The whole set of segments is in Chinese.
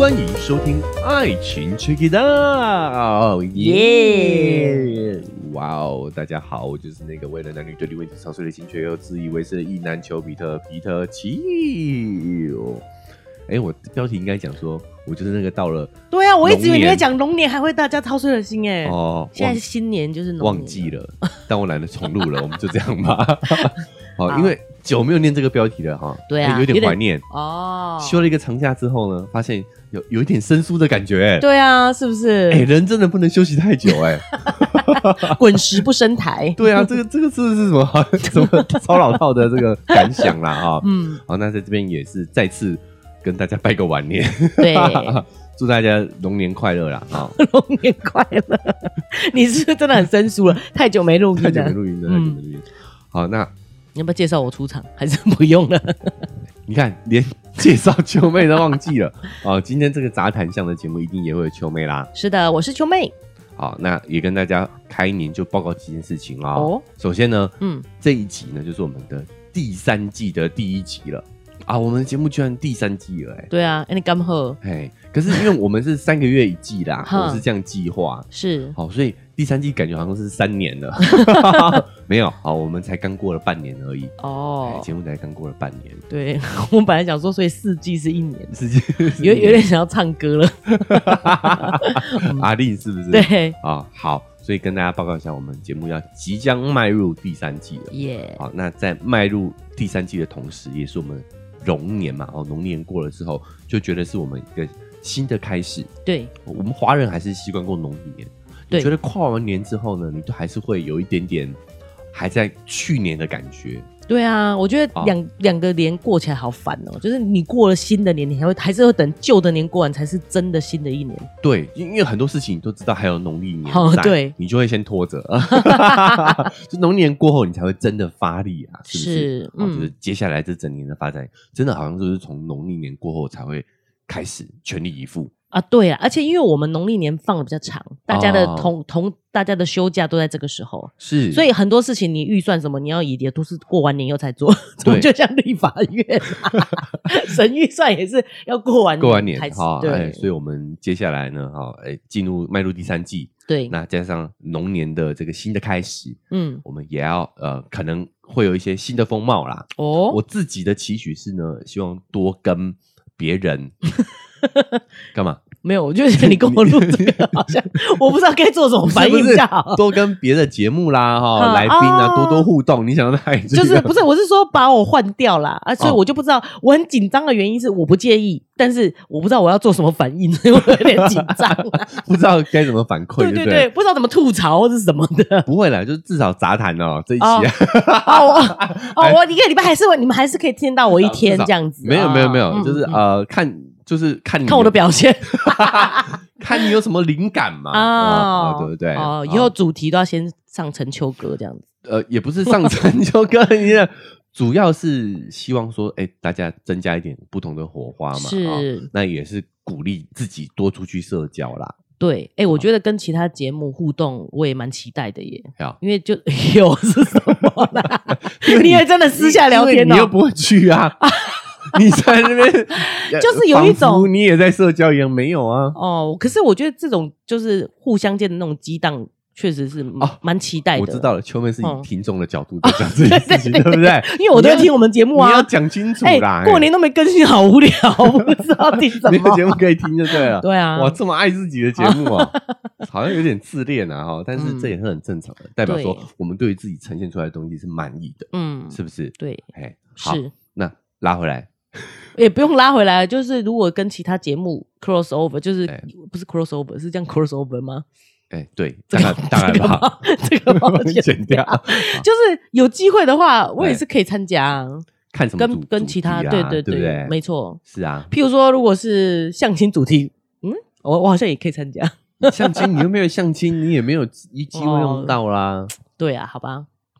欢迎收听《爱情 Check It Out》，耶！哇哦，大家好，我就是那个为了男女对立问题操碎了心却又自以为是的意男丘比特奇。我标题应该讲说，我就是那个到了。 对啊，我一直以为你在讲龙年还会大家操碎了心现在新年就是龙年忘记了，但我懒得重录了，我们就这样吧。好，因为久没有念这个标题了哈， 对啊， 有点怀念哦。 休了一个长假之后呢，发现有一点生疏的感觉对啊，是不是？ 人真的不能休息太久滚石不升台。 对啊，这个是什么超老套的这个感想啦哈。好，那在这边也是再次跟大家拜个晚年。 对。 祝大家龙年快乐啦！ 龙年快乐！你是不是真的很生疏了？太久没录音了， 太久没录音。好，那你要不要介绍我出场？还是不用了？ 你看，连介绍秋妹都忘记了今天这个杂谈项的节目一定也会有秋妹啦。 是的，我是秋妹。 好，那也跟大家开年就报告几件事情啦。首先呢，这一集呢就是我们的第3季的第1集了。我们的节目居然第3季了对啊，你刚好可是因为我们是3个月一季啦，我们是这样计划， 是好，所以第3季感觉好像是3年了。没有，好，我们才刚过了半年而已节目才刚过了半年。 对，我们本来想说，所以4季是1年 ，4季有点想要唱歌了。 阿令是不是？ 对好，所以跟大家报告一下，我们节目要即将迈入第3季了。好，那在迈入第3季的同时，也是我们龙年嘛，龙年过了之后，就觉得是我们一个新的开始。 对， 我们华人还是习惯过农历年。你觉得跨完年之后呢，你都还是会有一点点还在去年的感觉。 对啊，我觉得两个年过起来好烦就是你过了新的年，你还是会等旧的年过完才是真的新的一年。 对，因为很多事情你都知道还有农历年在， 对， 你就会先拖着。就农历年过后，你才会真的发力是不是？就是接下来这整年的发展，真的好像就是从农历年过后才会开始全力以赴。 对啊，而且因为我们农历年放的比较长，大家的大家的休假都在这个时候， 是， 所以很多事情你预算什么，你要以都是过完年以后才做，就像立法院省预算也是要过完年开始。对， 所以我们接下来呢，迈入第3季， 对， 那加上龙年的这个新的开始，我们也要可能会有一些新的风貌啦。我自己的期许是呢，希望多跟别人。干嘛？ 没有，我就觉得你跟我录这个好像我不知道该做什么反应比较好。 多跟别的节目啦来宾多多互动。你想太就是不是？我是说把我换掉啦所以我就不知道。我很紧张的原因是我不介意，但是我不知道我要做什么反应，所以我有点紧张不知道该怎么反馈。 对，不知道怎么吐槽或是什么的。 不会啦，就是至少杂谈这一期我一个礼拜你们还是可以听到我一天这样子。 没有，就是看我的表现看你有什么灵感嘛对不对？ 以后主题都要先上陈秋歌这样子。 也不是上陈秋歌主要是希望说大家增加一点不同的火花嘛。是那也是鼓励自己多出去社交啦。 对，我觉得跟其他节目互动我也蛮期待的耶。因为就有是什么啦你也真的私下聊天你又不会去你在那边就是有一种你也在社交一样，没有可是我觉得这种就是互相间的那种激荡确实是蛮期待的。 我知道了，秋妹是以听众的角度在讲这件事情，对不对？ 因为我都在听我们节目你要讲清楚啦。 过年都没更新，好无聊，我不知道听什么。 没有节目可以听就对了。 对啊， 哇，这么爱自己的节目好像有点自恋但是这也是很正常的，代表说我们对于自己呈现出来的东西是满意的，是不是？ 对， 好，那拉回来。 也不用拉回来，就是如果跟其他节目 cross over， 就是不是 cross over， 是这样 cross over 吗？ 对，大概吧， 这个把我剪掉。就是有机会的话，我也是可以参加。 看什么跟其他对不对？没错， 是啊。 譬如说，如果是相亲主题，我好像也可以参加。 相亲，你又没有相亲，你也没有机会用到啦。 对啊，好吧。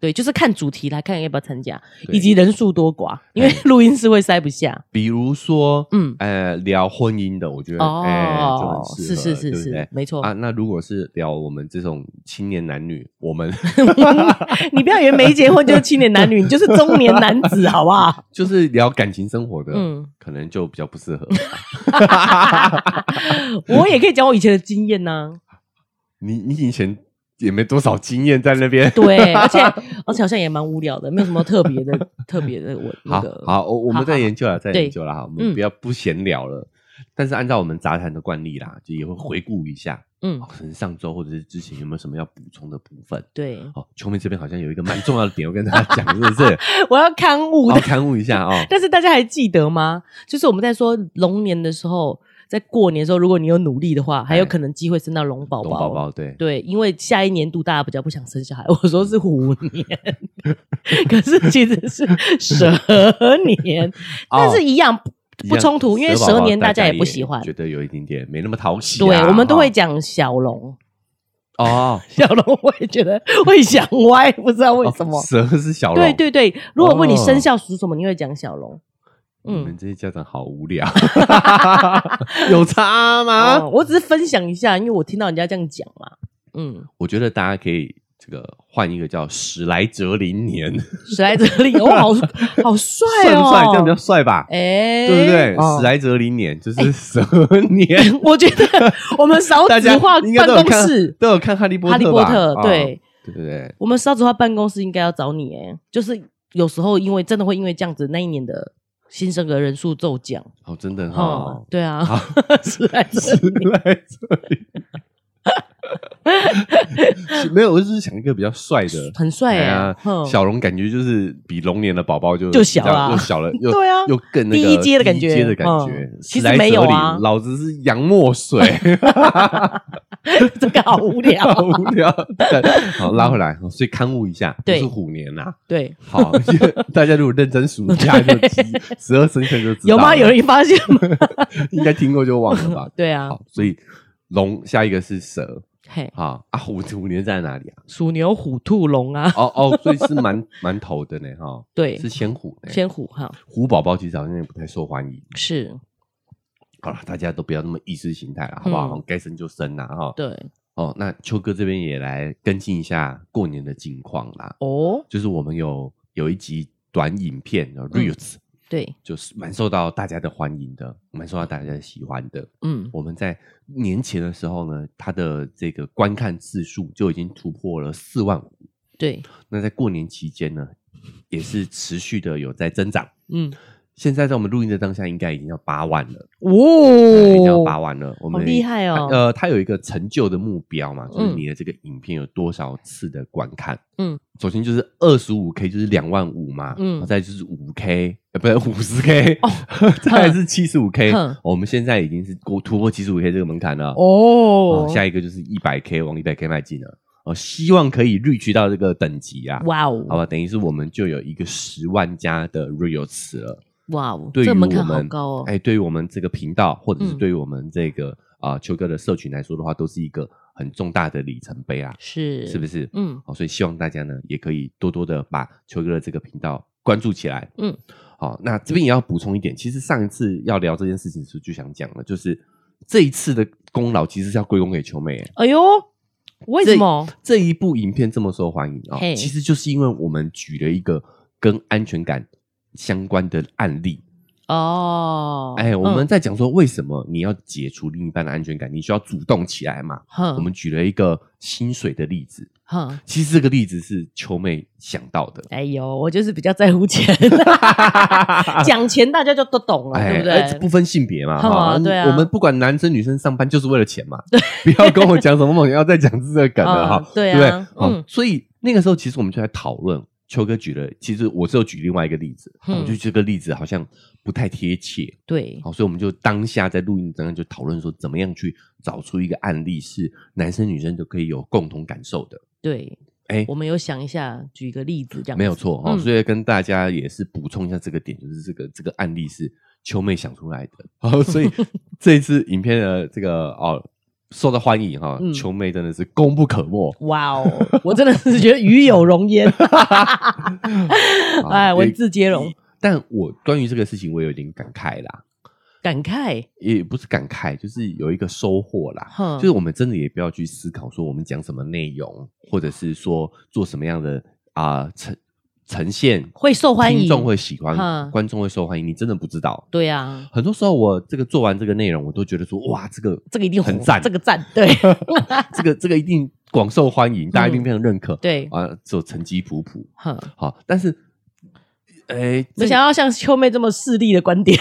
对，就是看主题来看要不要参加，以及人数多寡，因为录音室会塞不下。 比如说，聊婚姻的，我觉得，就很适合， 是， 对不对？ 没错啊。那如果是聊我们这种青年男女，我们你不要以为没结婚就是青年男女，你就是中年男子，好不好？ 就是聊感情生活的，可能就比较不适合。 我也可以讲我以前的经验呐。 你以前也没多少经验在那边， 对，而且好像也蛮无聊的，没有什么特别的好，我们再研究了，哈，我们不闲聊了。但是按照我们杂谈的惯例啦，就也会回顾一下，可能上周或者是之前有没有什么要补充的部分？ 对， 秋妹这边好像有一个蛮重要的点，我跟大家讲，是不是？ 我要刊物的， 刊物一下但是大家还记得吗？就是我们在说龙年的时候。在过年的时候，如果你有努力的话，还有可能机会生到龙宝宝。 龙宝宝，对， 因为下一年度大家比较不想生小孩，我说是虎年，可是其实是蛇年，但是一样不冲突，因为蛇年大家也不喜欢， 觉得有一点点没那么讨喜。 对，我们都会讲小龙。 小龙我也觉得会想歪，不知道为什么。 蛇是小龙， 对，如果问你生肖属什么，你会讲小龙。 你们这些家长好无聊，有差吗？ 我只是分享一下，因为我听到人家这样讲嘛。 我觉得大家可以这个换一个叫史莱哲林年， 史莱哲林，好帅帅不帅？这样比较帅吧？ 对不对？史莱哲林年就是蛇年。 我觉得我们少子化办公室都有看哈利波特，对不对？ 我们少子化办公室应该要找你，就是有时候因为真的会因为这样子，那一年的新生儿人数骤降。 真的对啊，史莱哲林。 没有，我只是想一个比较帅的， 很帅小龙感觉就是比龙年的宝宝就小了， 又小了， 对啊， 又更那个第一阶的感觉，其实没有啊， 老子是洋墨水， 这个好无聊， 好拉回来，所以刊物一下，不是虎年呐， 对， 好，大家如果认真数一下，就12生肖就知道有吗？有人发现吗？ 应该听过就忘了吧？ 对啊， 好，所以龙下一个是蛇。虎年在哪里啊？ 鼠牛虎兔龙啊！ 所以是蛮头的呢， 对， 是先虎呢。 先虎虎宝宝其实好像也不太受欢迎。 是， 好了，大家都不要那么意识形态了，好不好？该生就生啦， 对。 那秋哥这边也来跟进一下过年的近况啦。就是我们有一集短影片Reels。 对， 就是蛮受到大家的欢迎的，蛮受到大家的喜欢的。我们在年前的时候呢，它的这个观看次数就已经突破了4万5。 对， 那在过年期间呢，也是持续的有在增长。现在在我们录音的当下，应该已经要8万了。已经要8万了。我们好厉害哦！ 它有一个成就的目标嘛，就是你的这个影片有多少次的观看。首先就是25K，就是2万5嘛。再就是5K，不是50K，再来是75K。我们现在已经是突破75K 这个门槛了。下一个就是100K，往100K 迈进了。希望可以reach到这个等级啊！ 哇哦， 好吧，等于是我们就有一个10万加的 Reels 了。 哇哦，这个门槛好高哦！ 对于我们这个频道，或者是对于我们这个秋哥的社群来说的话，都是一个很重大的里程碑啊！是不是？所以希望大家呢也可以多多的把秋哥的这个频道关注起来。那这边也要补充一点，其实上一次要聊这件事情的时候就想讲了，就是这一次的功劳其实是要归功给秋妹。 哎呦，为什么这一部影片这么受欢迎其实就是因为我们举了一个跟安全感相关的案例。我们在讲说为什么你要解除另一半的安全感，你需要主动起来嘛。我们举了一个薪水的例子。其实这个例子是秋妹想到的。 哎呦，我就是比较在乎钱，讲钱大家就都懂了，对不对？ 不分性别嘛， 对啊， 我们不管男生女生上班就是为了钱嘛，不要跟我讲什么梦想，要再讲这个梗了哈， 对不对？所以那个时候其实我们就在讨论，秋哥举了，其实我只有举另外一个例子，我觉得这个例子好像不太贴切， 对， 所以我们就当下在录音中就讨论说，怎么样去找出一个案例是男生女生都可以有共同感受的。 对，我们有想一下，举一个例子，这样没有错所以跟大家也是补充一下这个点，就是这个案例是秋妹想出来的。所以这一次影片的这个受到欢迎哈，秋妹真的是功不可没。 哇哦，我真的是觉得与有荣焉，哎，文字接龙。 但我关于这个事情，我有点感慨啦。 感慨也不是感慨，就是有一个收获啦。就是我们真的也不要去思考说我们讲什么内容，或者是说做什么样的呈现会受欢迎， 听众会喜欢，观众会受欢迎，你真的不知道。 对啊， 很多时候我这个做完这个内容，我都觉得说哇，这个一定很赞， 这个赞，对， 这个一定广受欢迎，大家一定非常认可。 对啊，就成绩普普。好，但是。 没想到像秋妹这么势利的观点，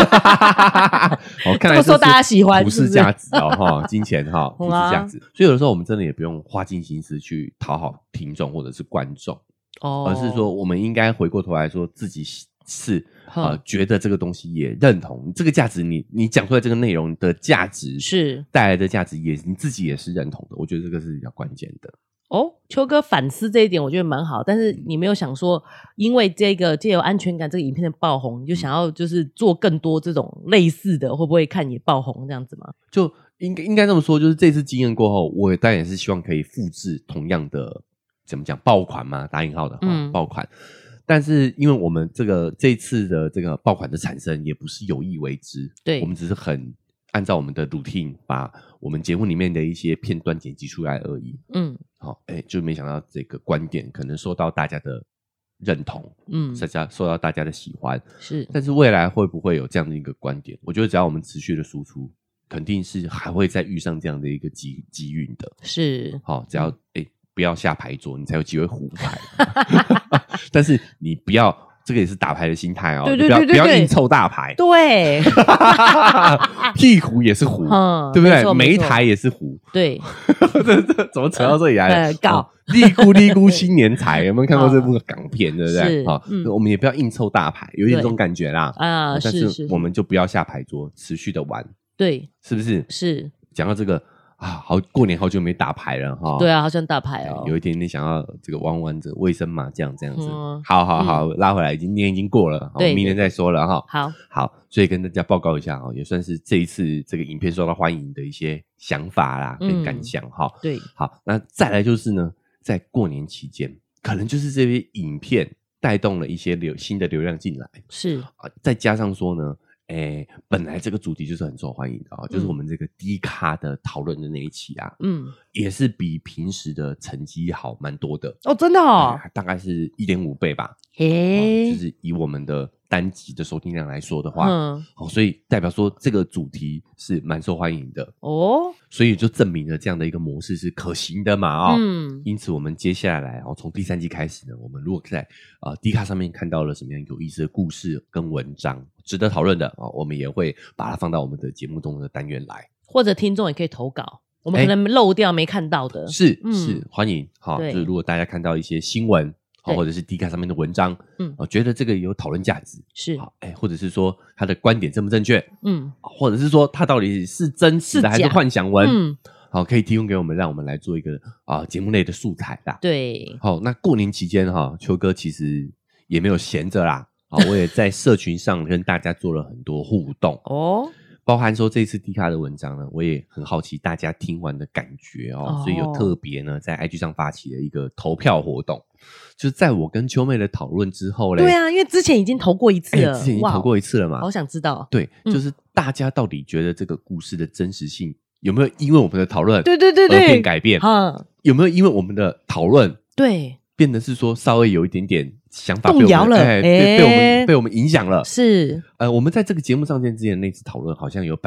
看来这么受大家喜欢， 普世价值金钱普世价值。所以有的时候我们真的也不用花尽心思去讨好听众或者是观众，而是说我们应该回过头来说自己是觉得这个东西也认同这个价值，你讲出来这个内容的价值是带来的价值，也你自己也是认同的。我觉得这个是比较关键的。 秋哥反思这一点我觉得蛮好，但是你没有想说因为这个藉由安全感这个影片的爆红，你就想要就是做更多这种类似的，会不会看也爆红这样子吗？ 就应该这么说，就是这次经验过后，我当然也是希望可以复制同样的怎么讲爆款嘛，打引号的爆款。但是因为我们这一次的这个爆款的产生也不是有意为之，对，我们只是很按照我们的 routine 把我们节目里面的一些片段剪辑出来而已。好，就没想到这个观点可能受到大家的认同，受到大家的喜欢，是。但是未来会不会有这样的一个观点？我觉得只要我们持续的输出，肯定是还会再遇上这样的一个机运的。是，好，只要不要下牌桌，你才有机会胡牌。但是你不要。这个也是打牌的心态哦，对，不要硬凑大牌，对，屁胡也是胡，对不对？没台也是胡，对，怎么扯到这里来了？搞利姑新年财，有没有看过这部港片？对不对？好，我们也不要硬凑大牌，有点这种感觉啦。啊，但是我们就不要下牌桌，持续的玩，对，是不是？是。讲到这个。过年好久没打牌了哈。对啊，好想打牌哦。有一点点想要这个玩这卫生麻将这样子。好，拉回来，年已经过了，明年再说了哈。好，所以跟大家报告一下也算是这一次这个影片受到欢迎的一些想法啦跟感想哈。对，好，那再来就是呢，在过年期间，可能就是这些影片带动了一些新的流量进来，是再加上说呢。本来这个主题就是很受欢迎的就是我们这个低咖的讨论的那一期啊，也是比平时的成绩好蛮多的哦，真的大概是 1.5 倍吧，就是以我们的单集的收听量来说的话，所以代表说这个主题是蛮受欢迎的哦，所以就证明了这样的一个模式是可行的嘛因此我们接下来从第3季开始呢，我们如果在D 卡上面看到了什么样有意思的故事跟文章值得讨论的我们也会把它放到我们的节目中的单元来，或者听众也可以投稿，我们可能漏掉没看到的，是欢迎就是如果大家看到一些新闻或者是 D 卡上面的文章觉得这个有讨论价值是或者是说他的观点正不正确或者是说他到底是真实的还是幻想文好，可以提供给我们，让我们来做一个节目类的素材啦。对，好，那过年期间秋哥其实也没有闲着啦，我也在社群上跟大家做了很多互动哦，包含说这一次 D 卡的文章呢，我也很好奇大家听完的感觉所以有特别呢在 IG 上发起了一个投票活动，就是在我跟秋妹的讨论之后咧，对啊，因为之前已经投过一次了，之前已经投过一次了嘛，好想知道，对，就是大家到底觉得这个故事的真实性有没有因为我们的讨论对而变改变？有没有因为我们的讨论对变得是说稍微有一点点想法动摇了，被我们影响了？是我们在这个节目上线之前那次讨论，好像有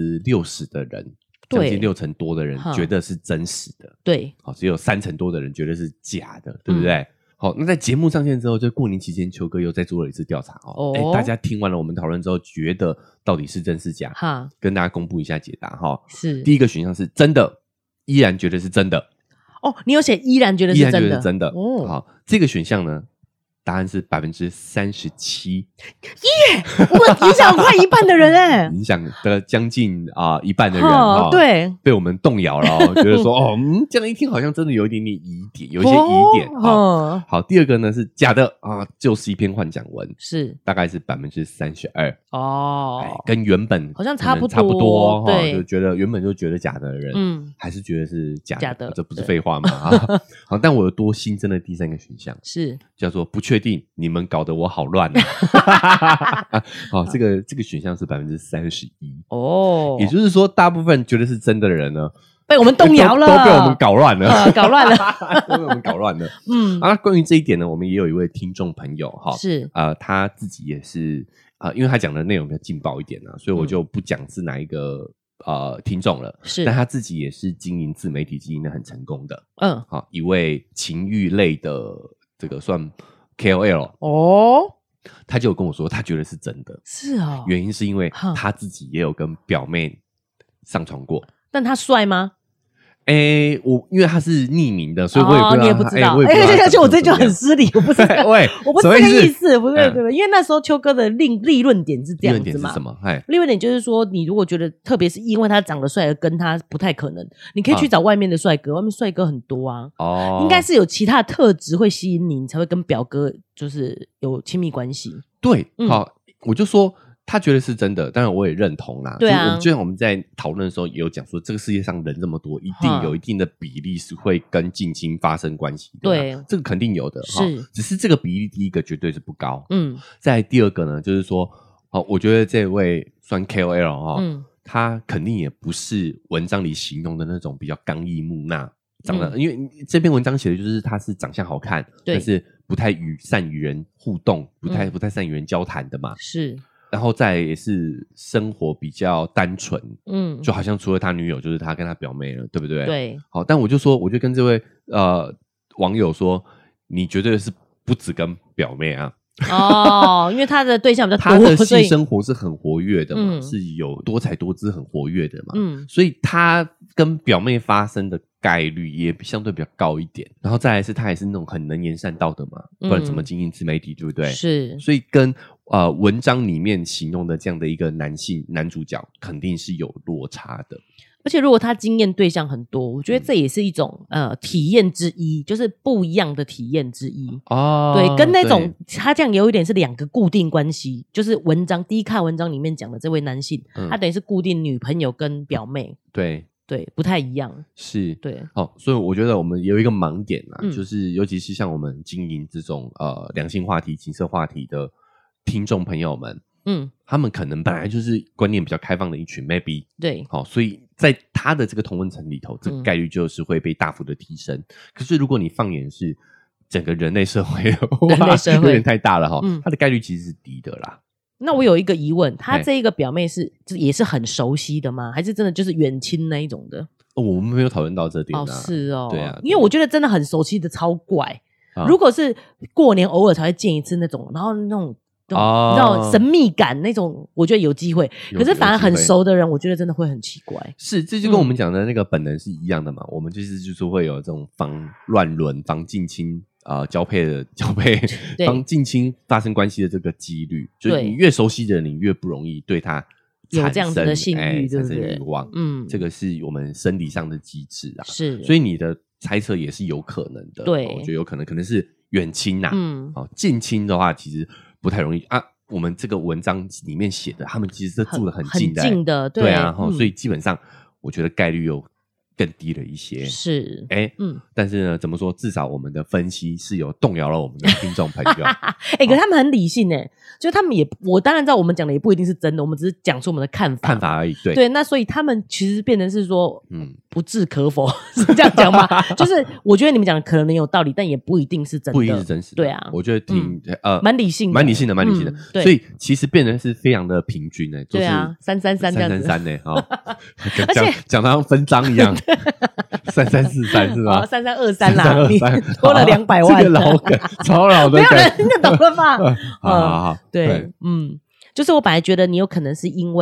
60%的人，将近60%多的人觉得是真实的，对，好，只有30%多的人觉得是假的，对不对？好，那在节目上线之后，就过年期间，秋哥又再做了一次调查大家听完了我们讨论之后，觉得到底是真是假？跟大家公布一下解答是第一个选项是真的，依然觉得是真的。哦，你有写依然觉得是真的，依然觉得是真的。好，这个选项呢， 答案是37%， 我影响快一半的人哎， 影响的将近一半的人对， 被我们动摇了觉得说这样一听好像真的有一点点疑点，有一些疑点好，第二个呢是假的就是一篇幻想文， 是大概是32%跟原本好像差不多对， 就觉得原本就觉得假的人，还是觉得是假的，这不是废话吗？好，但我有多新增的第三个选项是叫做不确定，你们搞得我好乱好，这个选项是31%也就是说大部分觉得是真的人呢被我们动摇了， 都被我们搞乱了搞乱了都被我们搞乱了关于这一点呢，我们也有一位听众朋友是他自己也是因为他讲的内容比较劲爆一点所以我就不讲是哪一个听众了，是，但他自己也是经营自媒体经营的很成功的一位情欲类的这个算 KOL 他就有跟我说他觉得是真的， 是原因是因为他自己也有跟表妹上床过， 但他帅吗？ 因为他是匿名的，所以我也不知道， 你也不知道。而且我这就很失礼，我不是我不是这个意思，不对，因为那时候邱哥的立论点是这样子嘛。 立论点是什么？ 立论点就是说，你如果觉得，特别是因为他长得帅而跟他不太可能，你可以去找外面的帅哥，外面帅哥很多应该是有其他的特质会吸引你，你才会跟表哥就是有亲密关系。 对，好，我就说。他觉得是真的，当然我也认同啦。 对啊， 就像我们在讨论的时候也有讲说，这个世界上人这么多，一定有一定的比例是会跟近亲发生关系的。 对， 这个肯定有的。 是， 只是这个比例第一个绝对是不高。再来第二个呢，就是说，我觉得这位算 KOL 他肯定也不是文章里形容的那种比较刚毅木讷。因为这篇文章写的就是他是长相好看，但是不太善与人互动，不太善与人交谈的嘛。是。然后再也是生活比较单纯，就好像除了他女友就是他跟他表妹了，对不对？ 对。 好，但我就跟这位网友说，你绝对是不只跟表妹因为他的对象比较多， 他的性生活是很活跃的嘛，是有多彩多姿很活跃的嘛，所以他跟表妹发生的概率也相对比较高一点。然后再来是他也是那种很能言善道的嘛，不然怎么经营自媒体，对不对？是，所以跟文章里面形容的这样的一个男主角肯定是有落差的。 而且如果他经验对象很多，我觉得这也是一种体验之一，就是不一样的体验之一。对，跟那种他这样有一点是两个固定关系，就是第一看文章里面讲的这位男性，他等于是固定女朋友跟表妹。对，不太一样。是，对。 所以我觉得我们有一个盲点就是尤其是像我们经营这种两性话题、情色话题的听众朋友们，他们可能本来就是观念比较开放的一群 maybe 对，所以在他的这个同温层里头，这个概率就是会被大幅的提升。可是如果你放眼是整个人类社会有点太大了它的概率其实是低的啦。 那我有一个疑问，他这一个表妹也是很熟悉的吗？还是真的就是远亲那一种的？ 我们没有讨论到这点是对啊， 因为我觉得真的很熟悉的超怪。如果是过年偶尔才会见一次那种，然后那种你知道神秘感那种，我觉得有机会。可是反而很熟的人，我觉得真的会很奇怪。 是，这就跟我们讲的那个本能是一样的嘛。我们就是会有这种防乱伦、防近亲交配防近亲发生关系的这个几率，就是你越熟悉的人，你越不容易对他有这样子的性欲， 产生欲望。这个是我们生理上的机制是， 所以你的猜测也是有可能的。对，我觉得有可能是远亲近亲的话其实不太容易我们这个文章里面写的，他们其实是住得很近的，对啊，所以基本上我觉得概率有更低了一些。是，但是呢，怎么说？至少我们的分析是有动摇了我们的听众朋友。 可是他们很理性就他们我当然知道我们讲的也不一定是真的，我们只是讲出我们的看法而已。 对，那所以他们其实变成是说，不置可否，是这样讲吗？就是我觉得你们讲的可能有道理，但也不一定是真的， 不一定是真实的。 对啊， 我觉得蛮理性的， 蛮理性的。所以其实变成是非常的平均对啊，333这样子 ，333而且讲得像分章一样，3343是吧 ？3323啦，你多了200万， 这个老梗，超老的梗， 没有人听得懂了吧？ 好， 对，就是我本来觉得你有可能是因为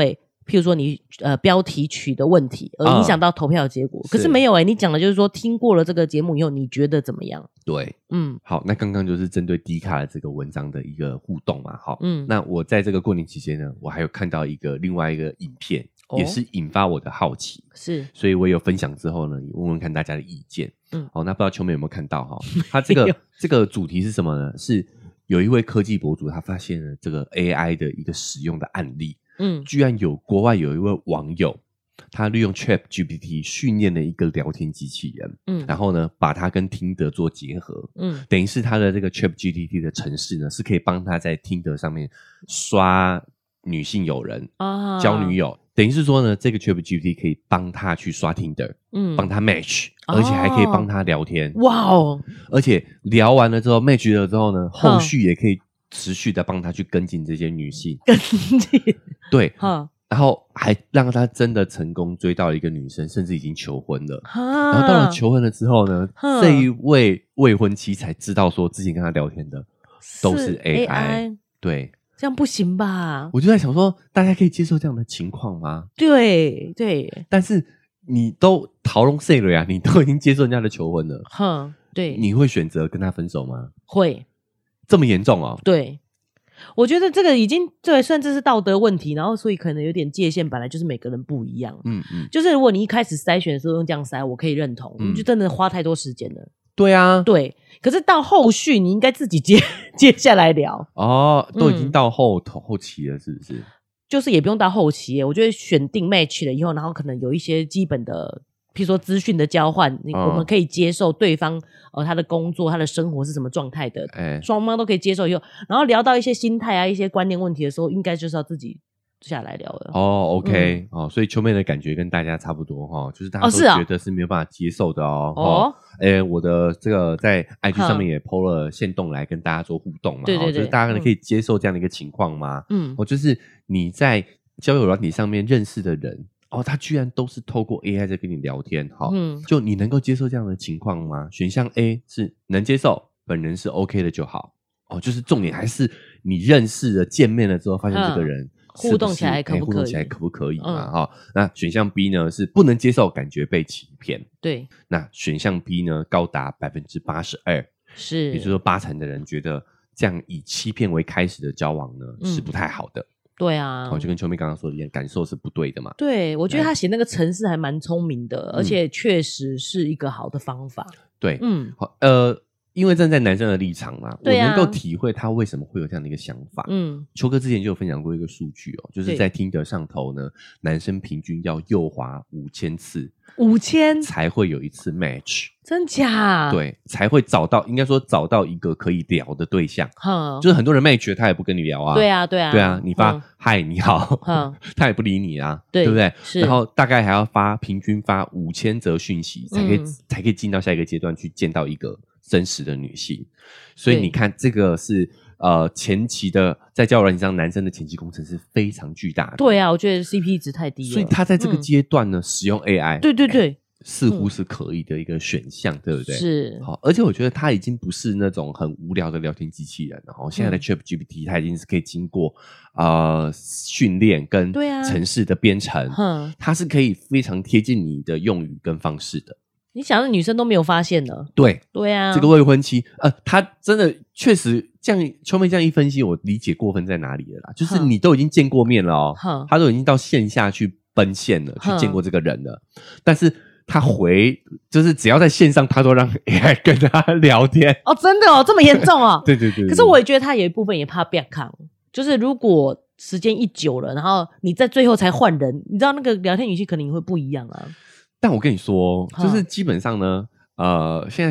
譬如说你标题取的问题而影响到投票的结果，可是没有你讲的就是说听过了这个节目以后你觉得怎么样？ 对，好，那刚刚就是针对 D 卡的这个文章的一个互动嘛，好，那我在这个过年期间呢，我还有看到另外一个影片，也是引发我的好奇， 是， 所以我有分享之后呢，问问看大家的意见，好，那不知道秋妹有没有看到哈？他这个主题是什么呢？是有一位科技博主他发现了这个 AI 的一个使用的案例。居然国外有一位网友，他利用 ChatGPT 训练了一个聊天机器人，然后呢，把它跟Tinder做结合，等于是他的这个 ChatGPT 的程式呢，是可以帮他在 Tinder 上面刷女性友人，交女友，等于是说呢，这个 ChatGPT 可以帮他去刷 Tinder，帮他 match，而且还可以帮他聊天，哇哦！而且聊完了之后 match 了之后呢，后续也可以持续的帮他去跟进这些女性， 跟进， 对，然后还让他真的成功追到一个女生，甚至已经求婚了。然后到了求婚了之后呢，这一位未婚妻才知道说，之前跟他聊天的都是 AI， 对， 这样不行吧？ 我就在想说，大家可以接受这样的情况吗？ 对， 但是你都逃龙碎了呀，你都已经接受人家的求婚了， 对， 你会选择跟他分手吗？ 会。 这么严重哦？ 对，我觉得这个已经算这是道德问题，然后所以可能有点界限，本来就是每个人不一样。就是如果你一开始筛选的时候用这样筛，我可以认同，你就真的花太多时间了。 对啊， 对。可是到后续你应该自己接下来聊。 都已经到后期了，是不是？ 就是也不用到后期，我觉得选定 match 了以后，然后可能有一些基本的。譬如说资讯的交换，我们可以接受对方他的工作他的生活是什么状态的，双方都可以接受以后，然后聊到一些心态啊一些观念问题的时候，应该就是要自己下来聊了。 OK，所以秋妹的感觉跟大家差不多就是大家都觉得是没有办法接受的我的这个在 IG 上面也 po 了限动来跟大家做互动嘛， 对， 就是大家可以接受这样的一个情况吗？就是你在交友软体上面认识的人。他居然都是透过 AI 在跟你聊天，就你能够接受这样的情况吗？选项 A 是能接受，本人是 OK 的就好。就是重点还是你认识了、见面了之后，发现这个人互动起来可不可以嘛？那选项 B 呢是不能接受，感觉被欺骗。 对， 那选项 B 呢高达 82%， 是，也就是说80%的人觉得这样以欺骗为开始的交往呢是不太好的。 对啊， 就跟秋妹刚刚说的一样，感受是不对的嘛。 对，我觉得他写那个程式还蛮聪明的，而且确实是一个好的方法。 对，因为站在男生的立场嘛，我能够体会他为什么会有这样的一个想法。秋哥之前就有分享过一个数据就是在Tinder上头呢，男生平均要右滑5000次，5000才会有一次 match。 真假？ 对，才会找到一个可以聊的对象。就是很多人 match 他也不跟你聊啊。 对啊， 你发嗨你好，他也不理你啊，对不对？然后大概还要平均发5000则讯息，才可以进到下一个阶段去见到一个真实的女性。所以你看，这个是前期的在交友软件上，男生的前期工程是非常巨大的。 对啊，我觉得 CP 值太低了。 所以他在这个阶段呢，使用 AI， 对。 似乎是可以的一个选项，对不对？ 是。 好，而且我觉得它已经不是那种很无聊的聊天机器人了。现在的 ChatGPT 它已经是可以经过训练跟程式的编程，它是可以非常贴近你的用语跟方式的。 你想的女生都没有发现呢？对啊， 这个未婚妻，她真的确实这样，秋妹这样一分析，我理解过分在哪里了啦。就是你都已经见过面了她都已经到线下去奔现了，去见过这个人了，但是。他就是只要在线上，他都让 AI 跟他聊天。真的这么严重对。 可是我也觉得他有一部分也怕变康，就是如果时间一久了，然后你在最后才换人，你知道那个聊天语气可能会不一样啊。 但我跟你说，就是基本上呢，现在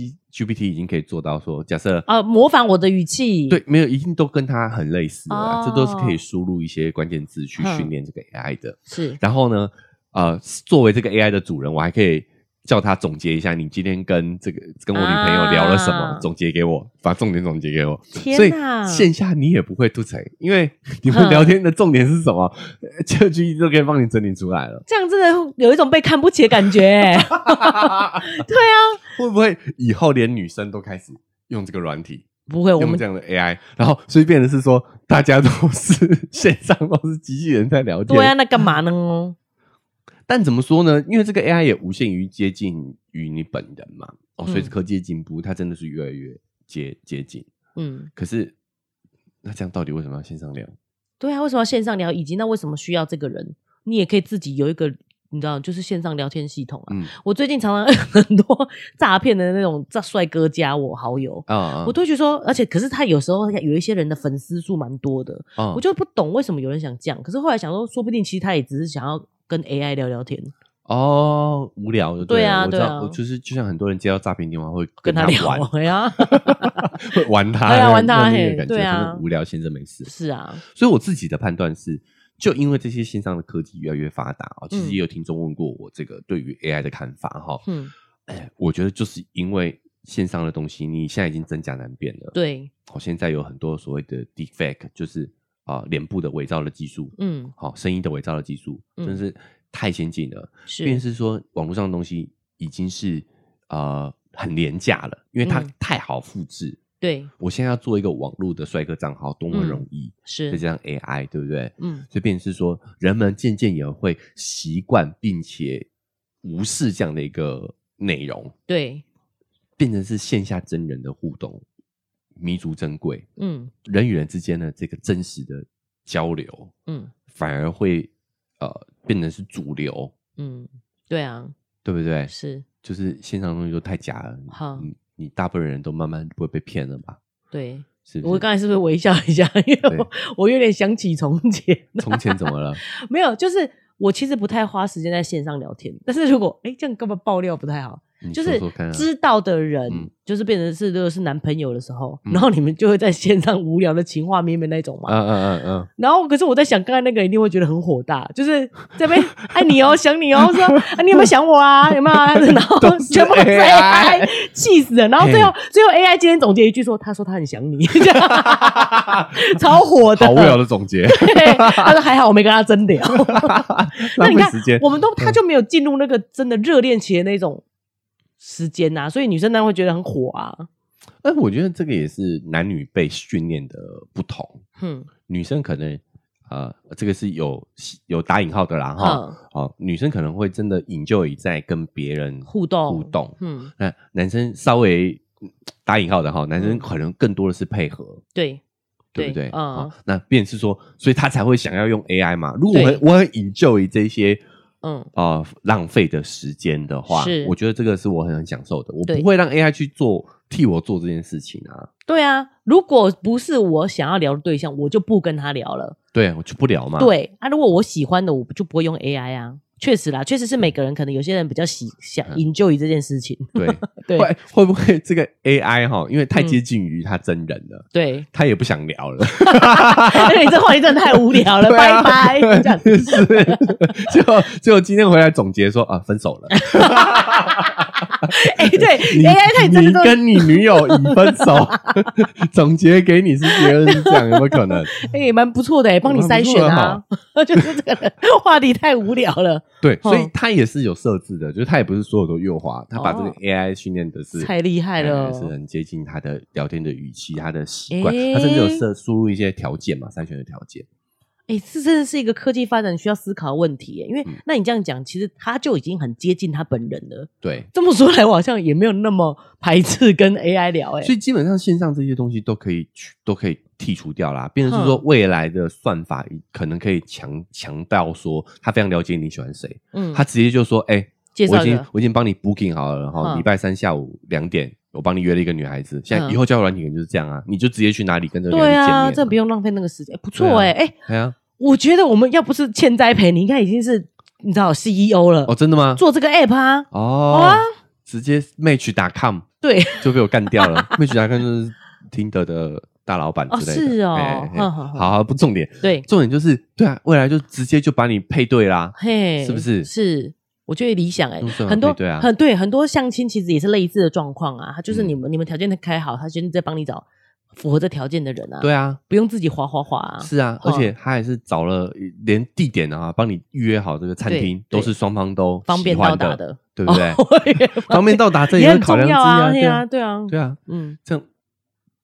GPT 已经可以做到说，假设模仿我的语气， 对，没有一定都跟他很类似的这都是可以输入一些关键字去训练这个 AI 的。 是， 然后呢？作为这个 AI 的主人，我还可以叫他总结一下你今天跟我女朋友聊了什么，总结给我，把重点总结给我。所以线下你也不会吐槽，因为你们聊天的重点是什么，ChatGPT 都可以帮你整理出来了。 这样真的有一种被看不起的感觉。对啊， 会不会以后连女生都开始用这个软体？ 不会，我们这样的 AI， 然后所以变成是说大家都是线上都是机器人在聊天。 对啊，那干嘛呢？ 但怎么说呢？因为这个 AI 也无限于接近于你本人嘛。随着科技的进步，它真的是越来越接近。可是那这样到底为什么要线上聊？ 对啊，为什么要线上聊？以及那为什么需要这个人？你也可以自己有一个，你知道，就是线上聊天系统啊。我最近常常很多诈骗的那种帅哥加我好友，我都会觉得说，而且可是他有时候有一些人的粉丝数蛮多的，我就不懂为什么有人想这样。可是后来想说，说不定其实他也只是想要跟 AI 聊聊天。 无聊的。对啊，我知道，就是就像很多人接到诈骗电话会跟他玩，会玩他， 玩他， 对啊，无聊闲着没事。 是啊， 所以我自己的判断是，就因为这些线上的科技越来越发达其实也有听众问过我这个对于 AI 的看法我觉得就是因为线上的东西，你现在已经真假难辨了。对，现在有很多所谓的 deepfake， 就是脸部的伪造的技术，声音的伪造的技术，真是太先进了。变成是说网络上的东西已经是很廉价了，因为它太好复制。对，我现在要做一个网络的帅哥账号多么容易，再加上 AI， 对不对？所以变成是说人们渐渐也会习惯并且无视这样的一个内容。对，变成是线下真人的互动弥足珍贵。人与人之间的这个真实的交流反而会变成是主流。对啊，对不对？是，就是线上的东西都太假了。你大部分人都慢慢不会被骗了吧？对，是不是？我刚才是不是微笑一下？因为我有点想起从前。从前怎么了？没有，就是我其实不太花时间在线上聊天，但是如果这样根本爆料不太好。就是知道的人就是变成是如果是男朋友的时候然后你们就会在线上无聊的情话绵绵那种嘛然后可是我在想刚才那个一定会觉得很火大，就是这边爱你哦想你哦说你有没有想我啊有没有然后全部是 AI 气死了然后最后 AI 今天总结一句说他说他很想你超火的好无聊的总结他说还好我没跟他真聊那你看我们他就没有进入那个真的热恋期的那种时间所以女生当然会觉得很火啊。我觉得这个也是男女被训练的不同。女生可能这个是有打引号的啦女生可能会真的enjoy在跟别人互动。那男生稍微打引号的男生可能更多的是配合。对不对？那便是说，所以他才会想要用 AI 嘛。如果我很enjoy这些。浪费的时间的话，我觉得这个是我很享受的。我不会让 AI 去替我做这件事情啊。对啊，如果不是我想要聊的对象，我就不跟他聊了。对，我就不聊嘛。对如果我喜欢的，我就不会用 AI 啊。确实啦，确实是每个人可能有些人比较想 enjoy 这件事情。对对，会不会这个 AI 因为太接近于他真人了，对，他也不想聊了。你这话题真的太无聊了，拜拜。这样子是，结果今天回来总结说分手了。对 ，AI 太真的，你跟你女友已分手，总结给你是结论是这样，有没有可能？蛮不错的帮你筛选啊。就是这个话题太无聊了。对，所以他也是有设置的，就是他也不是所有都右滑，他把这个 AI 训练的是太厉害了，是很接近他的聊天的语气、他的习惯，他甚至有输入一些条件嘛，筛选的条件。这真的是一个科技发展需要思考的问题耶，因为那你这样讲，其实他就已经很接近他本人了。对，这么说来，我好像也没有那么排斥跟 AI 聊所以基本上线上这些东西都可以剔除掉啦。变成是说，未来的算法可能可以强到说，他非常了解你喜欢谁，他直接就说，我已经帮你 booking 好了，然后礼拜3下午2点。我帮你约了一个女孩子，现在以后交友软体可能就是这样啊，你就直接去哪里跟这个人见面。对啊，这不用浪费那个时间，不错我觉得我们要不是欠栽培，你应该已经是你知道 CEO 了。真的吗？做这个 app 啊，直接 Match.com 对就被我干掉了。Match.com 就是Tinder的大老板之类的。好，不重点。对，重点就是对啊，未来就直接就把你配对啦，是不是？是。我觉得理想很多很多相亲其实也是类似的状况啊，他就是你们条件开好，他先在帮你找符合这条件的人啊。对啊，不用自己滑啊。是啊，而且他还是找了连地点帮你预约好这个餐厅，都是双方都方便到达的，对不对？方便到达这也是考量之一啊。对啊，这样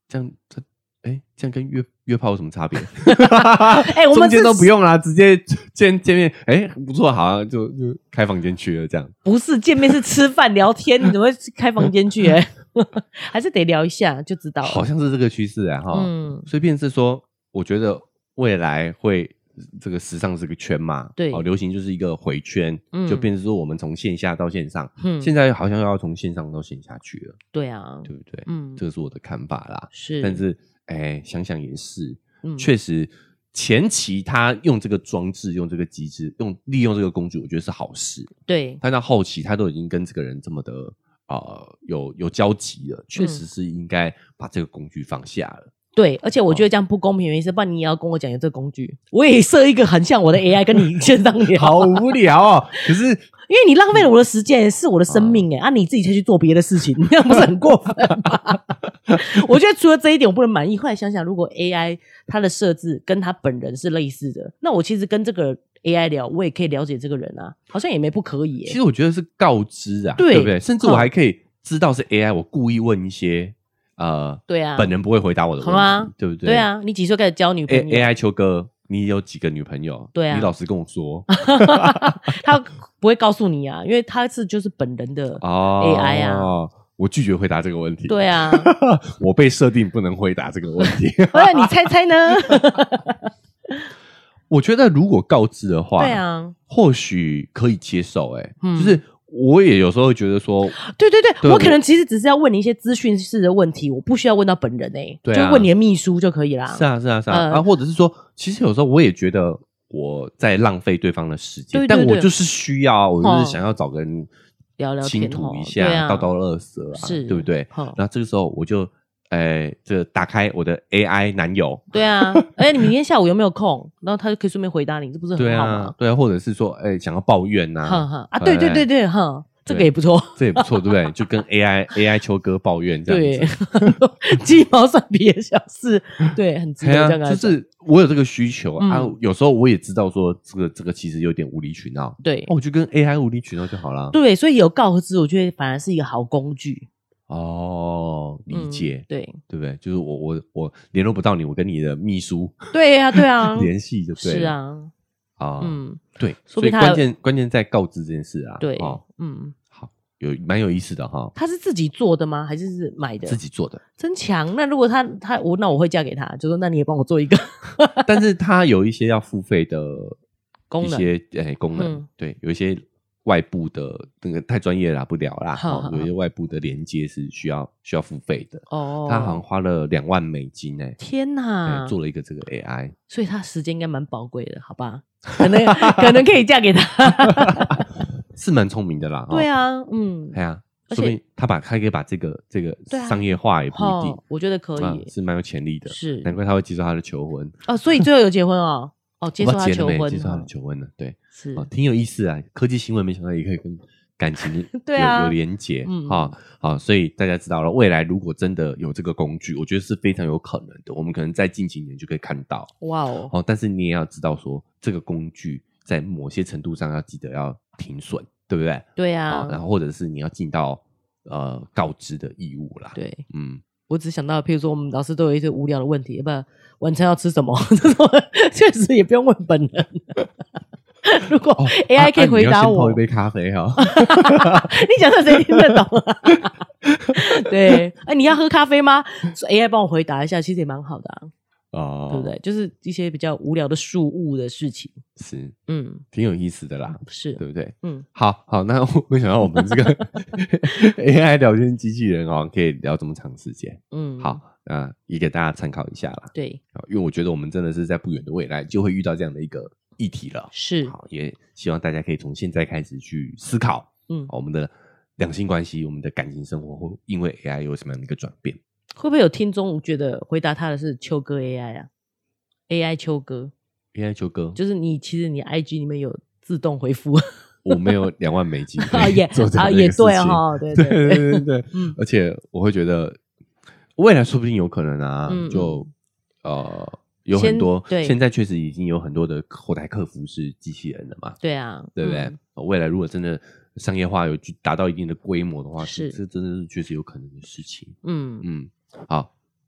这样这样跟约炮有什么差别？ 我们中间都不用啦，直接见面，不错，好像就开房间去了这样。 不是见面是吃饭聊天，你怎么会开房间去？还是得聊一下就知道了。 好像是这个趋势所以变成是说，我觉得未来会这个时尚是个圈嘛， 对， 流行就是一个回圈，就变成说我们从线下到线上，现在好像要从线上到线下去了。 对啊， 对不对？这个是我的看法啦。 是， 但是想想也是，确实前期他用这个装置、用这个机制、利用这个工具，我觉得是好事。 对， 但到后期他都已经跟这个人这么的有交集了，确实是应该把这个工具放下了。 对，而且我觉得这样不公平，原因是不然你也要跟我讲有这个工具，我也设一个很像我的 AI 跟你线上聊， 好无聊哦。可是因为你浪费了我的时间，是我的生命你自己才去做别的事情，那样不是很过分吗？我觉得除了这一点我不能满意，后来想想，如果 AI 它的设置跟他本人是类似的，那我其实跟这个 AI 聊，我也可以了解这个人啊，好像也没不可以其实我觉得是告知啊，对不对？甚至我还可以知道是 AI，我故意问一些对啊， 本人不会回答我的问题，对不对？ 对啊，你几岁开始交女朋友 ？AI 秋哥，你有几个女朋友？ 对啊， 你老实跟我说。 他不会告诉你啊，因为他就是本人的 AI 啊。 我拒绝回答这个问题。 对啊， 我被设定不能回答这个问题。 你猜猜呢？ 我觉得如果告知的话， 对啊， 或许可以接受。就是我也有时候会觉得说， 对，我可能其实只是要问你一些资讯式的问题，我不需要问到本人对就问你的秘书就可以啦。 是啊，或者是说，其实有时候我也觉得我在浪费对方的时间，但我就是需要，我就是想要找个人聊聊倾吐一下，倒垃圾啊，对不对？那这个时候我就这打开我的 AI 男友， 对啊，你明天下午有没有空？然后他就可以顺便回答你，这不是很好吗？ 对啊，或者是说想要抱怨呐， 对，这个也不错， 这也不错，对不对？就跟 AI 秋哥抱怨这样子， 对，鸡毛蒜皮的小事，对，很值得这样。 就是我有这个需求有时候我也知道说这个其实有点无理取闹， 对， 我就跟 AI 无理取闹就好了。 对，所以有告知，我觉得反而是一个好工具。 理解， 对不对？就是我联络不到你，我跟你的秘书对啊联系就对了。 是啊， 对，所以关键在告知这件事啊。 对， 好，蛮有意思的哈。 他是自己做的吗？还是买的？ 自己做的， 真强。那如果那我会嫁给他，就说那你也帮我做一个。 但是他有一些要付费的功能， 一些功能，对，有一些外部的那个太专业啦，不聊啦。有一些外部的连接是需要付费的。他好像花了$2万天哪！ 做了一个这个 AI， 所以他时间应该蛮宝贵的，好吧？可能可以嫁给他。 是蛮聪明的啦。 对啊， 说明他可以把这个商业化也不一定， 我觉得可以， 是蛮有潜力的。 是， 难怪他会接受他的求婚。 所以最后有结婚哦。接受他求婚， 接受他的求婚了，对， 是挺有意思啊。科技新闻没想到也可以跟感情有连结，好，所以大家知道了，未来如果真的有这个工具，我觉得是非常有可能的。我们可能在近几年就可以看到， 哇哦， 但是你也要知道说，这个工具在某些程度上要记得要停损，对不对？ 对啊， 然后或者是你要尽到告知的义务啦。 对，我只想到，譬如说我们老师都有一些无聊的问题，晚餐要吃什么？这种确实也不用问本人。如果 AI 可以回答我， 你要先泡一杯咖啡哈。 你讲的谁听得懂啊？对，你要喝咖啡吗？AI 帮我回答一下，其实也蛮好的对不对？就是一些比较无聊的事务的事情， 是，挺有意思的啦， 是对不对？好，那我想到我们这个 AI 聊天机器人可以聊这么长时间，好，也给大家参考一下啦。 对， 因为我觉得我们真的是在不远的未来就会遇到这样的一个议题了， 是， 好，也希望大家可以从现在开始去思考，我们的两性关系，我们的感情生活会因为 AI 有什么样的一个转变。 会不会有听众觉得回答他的是秋哥 AI 啊 ？AI 秋哥 ，AI 秋哥， 就是其实你 IG 里面有自动回复， 我没有$2万也做这样的也对对，而且我会觉得未来说不定有可能啊，就有很多，现在确实已经有很多的后台客服是机器人了嘛， 对啊， 对不对？未来如果真的商业化有达到一定的规模的话，这真的是确实有可能的事情。好，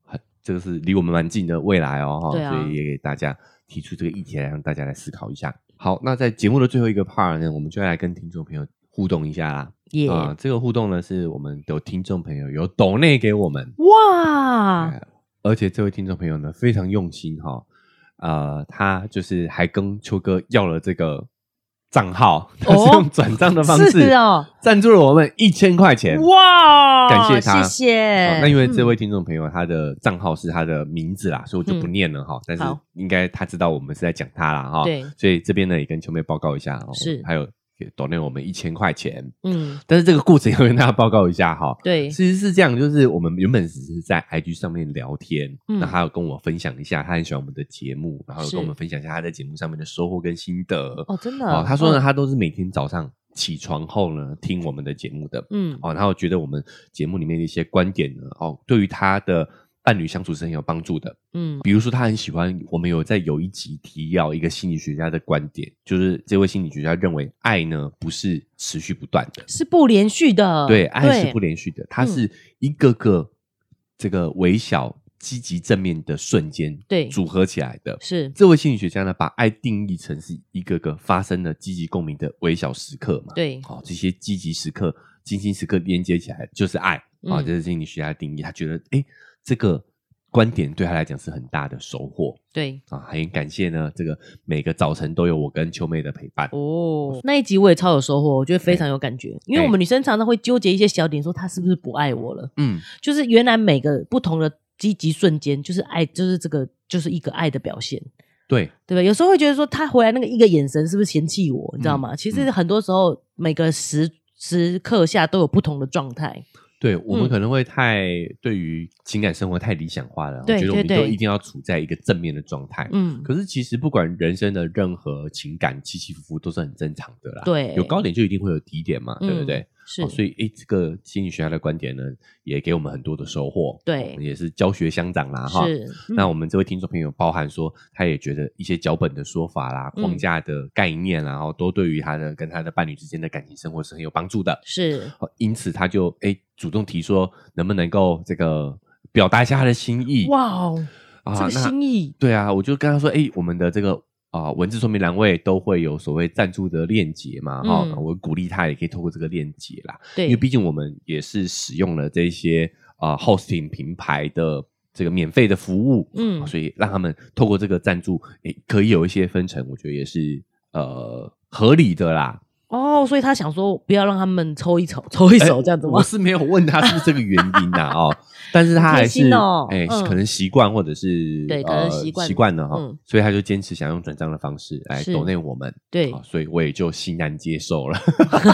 这个是离我们蛮近的未来哦， 对啊， 所以也给大家提出这个议题来让大家来思考一下。好，那在节目的最后一个 part 呢，我们就来跟听众朋友互动一下啦。这个互动呢是我们的听众朋友有抖内给我们，哇，而且这位听众朋友呢非常用心他就是还跟秋哥要了这个账号，他是用转账的方式赞助了我们1000块钱，哇，感谢他， 谢谢。 那因为这位听众朋友他的账号是他的名字啦，所以我就不念了但是应该他知道我们是在讲他啦对， 所以这边呢也跟秋妹报告一下是还有抖内我们1000块钱，但是这个过程要跟大家报告一下对， 其实是这样，就是我们原本只是在 IG 上面聊天，那他有跟我分享一下，他很喜欢我们的节目，然后有跟我们分享一下他在节目上面的收获跟心得。 真的他说呢，他都是每天早上起床后呢听我们的节目的，然后觉得我们节目里面的一些观点呢，对于他的伴侣相处是很有帮助的，比如说他很喜欢我们有一集提要一个心理学家的观点，就是这位心理学家认为爱呢不是持续不断的， 是不连续的， 对，爱是不连续的，它是一个个这个微小积极正面的瞬间组合起来的， 是这位心理学家呢把爱定义成是一个个发生了积极共鸣的微小时刻嘛， 对， 这些积极时刻、精心时刻连接起来就是爱这是心理学家的定义，他觉得这个观点对他来讲是很大的收获， 对很感谢呢，这个每个早晨都有我跟秋妹的陪伴那一集我也超有收获，我觉得非常有感觉，因为我们女生常常会纠结一些小点，说他是不是不爱我了，就是原来每个不同的积极瞬间就是爱，就是这个就是一个爱的表现，对吧？有时候会觉得说他回来那个一个眼神是不是嫌弃我，你知道吗？其实很多时候每个时刻下都有不同的状态， 对，我们可能会对于情感生活太理想化了，我觉得我们都一定要处在一个正面的状态。可是其实不管人生的任何情感起起伏伏都是很正常的啦。对，有高点就一定会有低点嘛，对不对？是，所以这个心理学家的观点呢，也给我们很多的收获。对，也是教学相长啦，是。那我们这位听众朋友包含说，他也觉得一些脚本的说法啦、框架的概念啦，都对于他的跟他的伴侣之间的感情生活是很有帮助的。是，因此他就主动提说，能不能够这个表达一下他的心意？哇这个心意，对啊，我就跟他说，我们的这个文字说明栏位都会有所谓赞助的链接嘛，我鼓励他也可以透过这个链接啦，对，因为毕竟我们也是使用了这些hosting 平台的这个免费的服务，所以让他们透过这个赞助，可以有一些分成，我觉得也是合理的啦。所以他想说不要让他们抽一手这样子吗？我是没有问他是不是这个原因但是他还是可能习惯或者是对，可能习惯了所以他就坚持想用转账的方式来抖内我们，对，所以我也就欣然接受了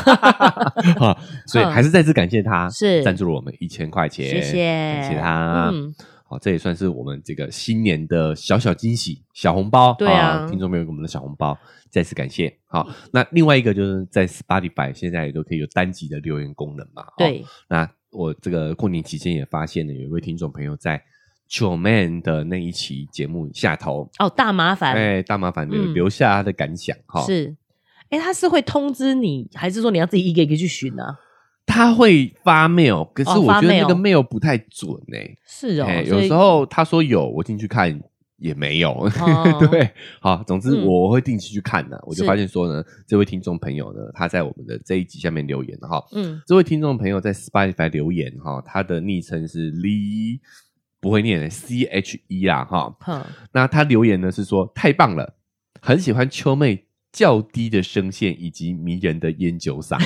所以还是再次感谢他是赞助了我们1000块钱，谢谢，感谢他。这也算是我们这个新年的小小惊喜，小红包，对啊，听众朋友给我们的小红包，再次感谢。好，那另外一个就是在 Spotify 现在也都可以有单集的留言功能嘛，对。那我这个过年期间也发现了有一位听众朋友在9man 的那一期节目下头大麻烦，大麻烦留下他的感想是，他是会通知你，还是说你要自己一个一个去寻啊？他会发 mail， 可是我觉得那个 mail 不太准是有时候他说有，我进去看也没有对，好，总之我会定期去看我就发现说呢，这位听众朋友呢，他在我们的这一集下面留言这位听众朋友在 Spotify 留言他的昵称是 Lee， 不会念CHE 啦那他留言呢是说太棒了，很喜欢秋妹较低的声线以及迷人的烟酒嗓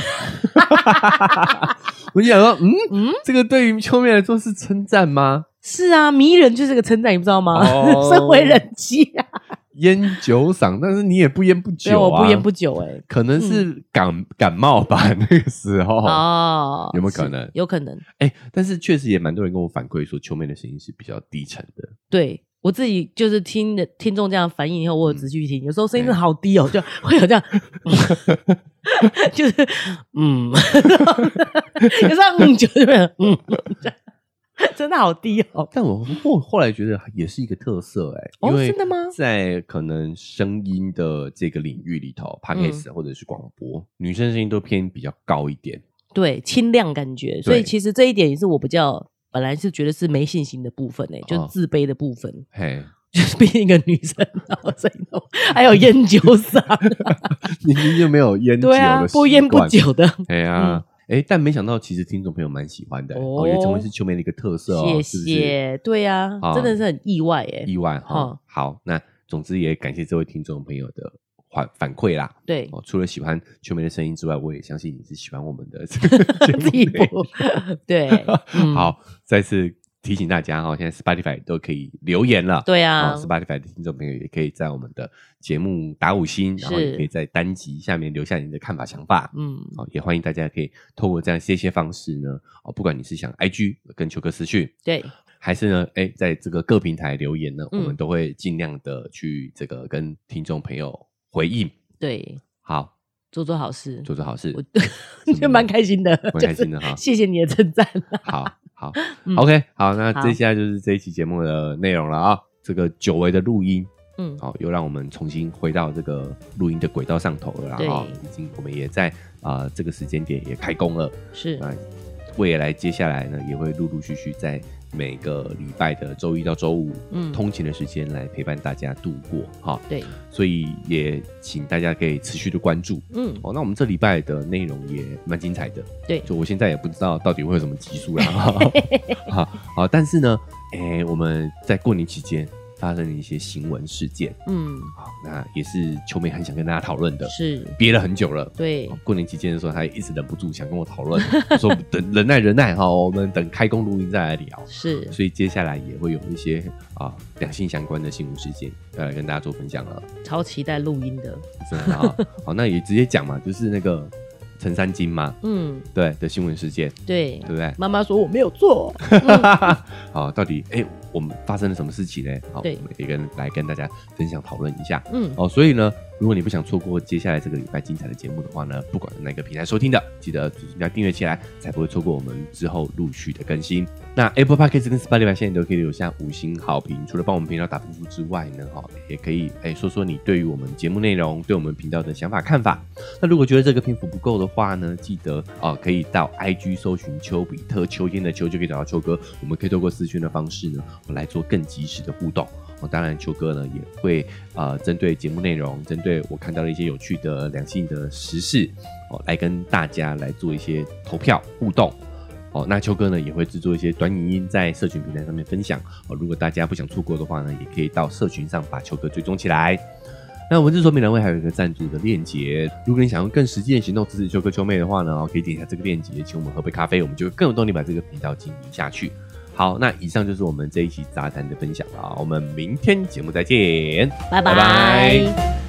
我就想说这个对于秋妹来说是称赞吗？是啊，迷人就是个称赞，你不知道吗？身为人妻烟酒嗓，但是你也不烟不酒我不烟不酒可能是感冒吧那个时候有没有可能？有可能但是确实也蛮多人跟我反馈说秋妹的声音是比较低沉的，对，我自己就是听众这样反应以后，我有仔细去听，有时候声音真的好低就会有这样就是有时候就是真的好低但我后来觉得也是一个特色因为真的吗？在可能声音的这个领域里头 Podcast 或者是广播，女生声音都偏比较高一点，对，清亮感觉，所以其实这一点也是我比较本来是觉得是没信心的部分就是自卑的部分。就是毕竟一个女生，然后还有烟酒嗓， 你就没有烟酒的习惯？对啊， 不烟不酒的。 但没想到其实听众朋友蛮喜欢的也成为是秋妹的一个特色谢谢，是不是？对啊，真的是很意外意外好，那总之也感谢这位听众朋友的反馈啦。 对除了喜欢秋妹的声音之外，我也相信你是喜欢我们的节目。对好，再次提醒大家现在 Spotify 都可以留言了。 对啊 Spotify 的听众朋友也可以在我们的节目打5星，然后也可以在单集下面留下你的看法想法。也欢迎大家可以透过这样一些方式呢不管你是想 IG 跟秋哥私讯， 对， 还是呢在这个各平台留言呢我们都会尽量的去这个跟听众朋友回应。 对， 好， 做好事， 做好事， 我觉得蛮开心的， 蛮开心的谢谢你的称赞。 好OK， 好，那接下来就是这一期节目的内容了这个久违的录音，又让我们重新回到这个录音的轨道上头了已经我们也在这个时间点也开工了， 是未来接下来呢也会陆陆续续在每个礼拜的周一到周五通勤的时间来陪伴大家度过对， 所以也请大家可以持续的关注那我们这礼拜的内容也蛮精彩的， 对， 就我现在也不知道到底会有什么集数啦好，但是呢我们在过年期间发生了一些新闻事件，好，那也是秋妹很想跟大家讨论的， 是憋了很久了， 对， 过年期间的时候，她一直忍不住想跟我讨论，说等忍耐我们等开工录音再来聊， 是， 所以接下来也会有一些两性相关的新闻事件要来跟大家做分享了， 超期待录音的， 真的好，那也直接讲嘛，就是那个陈三金嘛，对的新闻事件， 对不对？ 妈妈说我没有做， 好，到底我们发生了什么事情呢？好，我们也来跟大家分享讨论一下。所以呢，如果你不想错过接下来这个礼拜精彩的节目的话呢，不管哪个平台收听的，记得要订阅起来，才不会错过我们之后陆续的更新。那 Apple Podcast 跟 Spotify 现在都可以留下5星好评，除了帮我们频道打分数之外呢，也可以说说你对于我们节目内容、对我们频道的想法看法。那如果觉得这个篇幅不够的话呢，记得可以到 IG 搜寻丘比特，秋天的秋就可以找到秋哥，我们可以透过私讯的方式呢，来做更及时的互动。当然秋哥呢也会针对节目内容，针对我看到的一些有趣的两性的时事来跟大家来做一些投票互动。那秋哥呢也会制作一些短影音在社群平台上面分享如果大家不想错过的话呢，也可以到社群上把秋哥追踪起来。那文字说明栏位还有一个赞助的链接，如果你想用更实际的行动支持秋哥秋妹的话呢，可以点一下这个链接，请我们喝杯咖啡，我们就更有动力把这个频道经营下去。好，那以上就是我们这一期杂谈的分享了，我们明天节目再见， 拜拜。